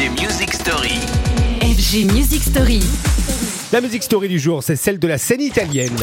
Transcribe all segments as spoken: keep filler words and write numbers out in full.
G Music Story. F G Music Story. La music story du jour, c'est celle de la scène italienne.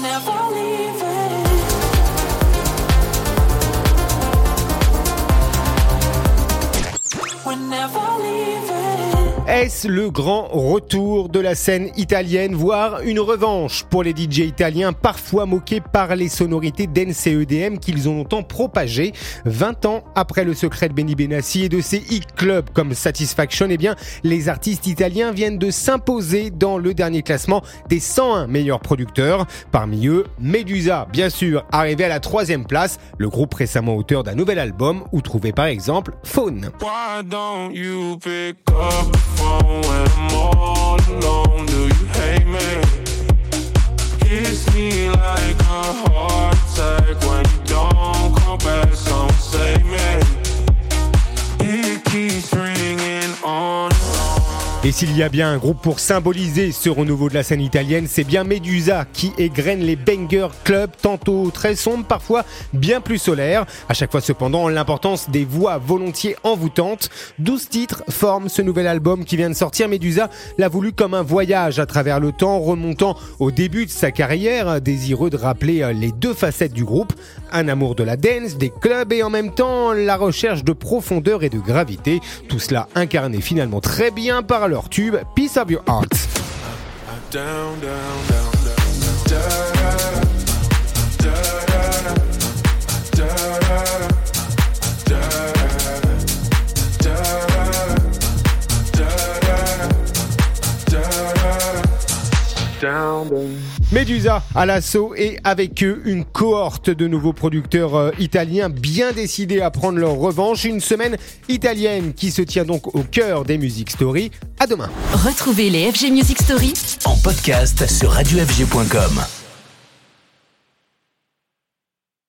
Est-ce le grand retour de la scène italienne, voire une revanche pour les D J italiens parfois moqués par les sonorités dance et E D M qu'ils ont longtemps propagées? vingt ans après le secret de Benny Benassi et de ses hit clubs comme Satisfaction, eh bien, les artistes italiens viennent de s'imposer dans le dernier classement des cent un meilleurs producteurs. Parmi eux, Medusa, bien sûr, arrivé à la troisième place, le groupe récemment auteur d'un nouvel album où trouver par exemple Faune. Why don't you pick up the phone when I'm all alone? Do you hate me? Kiss me like a heart attack when you don't come back. Someone save me. It keeps ringing on. Et s'il y a bien un groupe pour symboliser ce renouveau de la scène italienne, c'est bien Medusa qui égrène les banger clubs, tantôt très sombres, parfois bien plus solaires. À chaque fois cependant, l'importance des voix volontiers envoûtantes. douze titres forment ce nouvel album qui vient de sortir. Medusa l'a voulu comme un voyage à travers le temps, remontant au début de sa carrière, désireux de rappeler les deux facettes du groupe, un amour de la dance, des clubs et en même temps la recherche de profondeur et de gravité. Tout cela incarné finalement très bien par leur tube Piece of Your Heart. Down, down, down, down, down, down, down. Medusa à l'assaut et avec eux une cohorte de nouveaux producteurs euh, italiens bien décidés à prendre leur revanche. Une semaine italienne qui se tient donc au cœur des Music Story. À demain. Retrouvez les F G Music Story En podcast sur radio f g point com.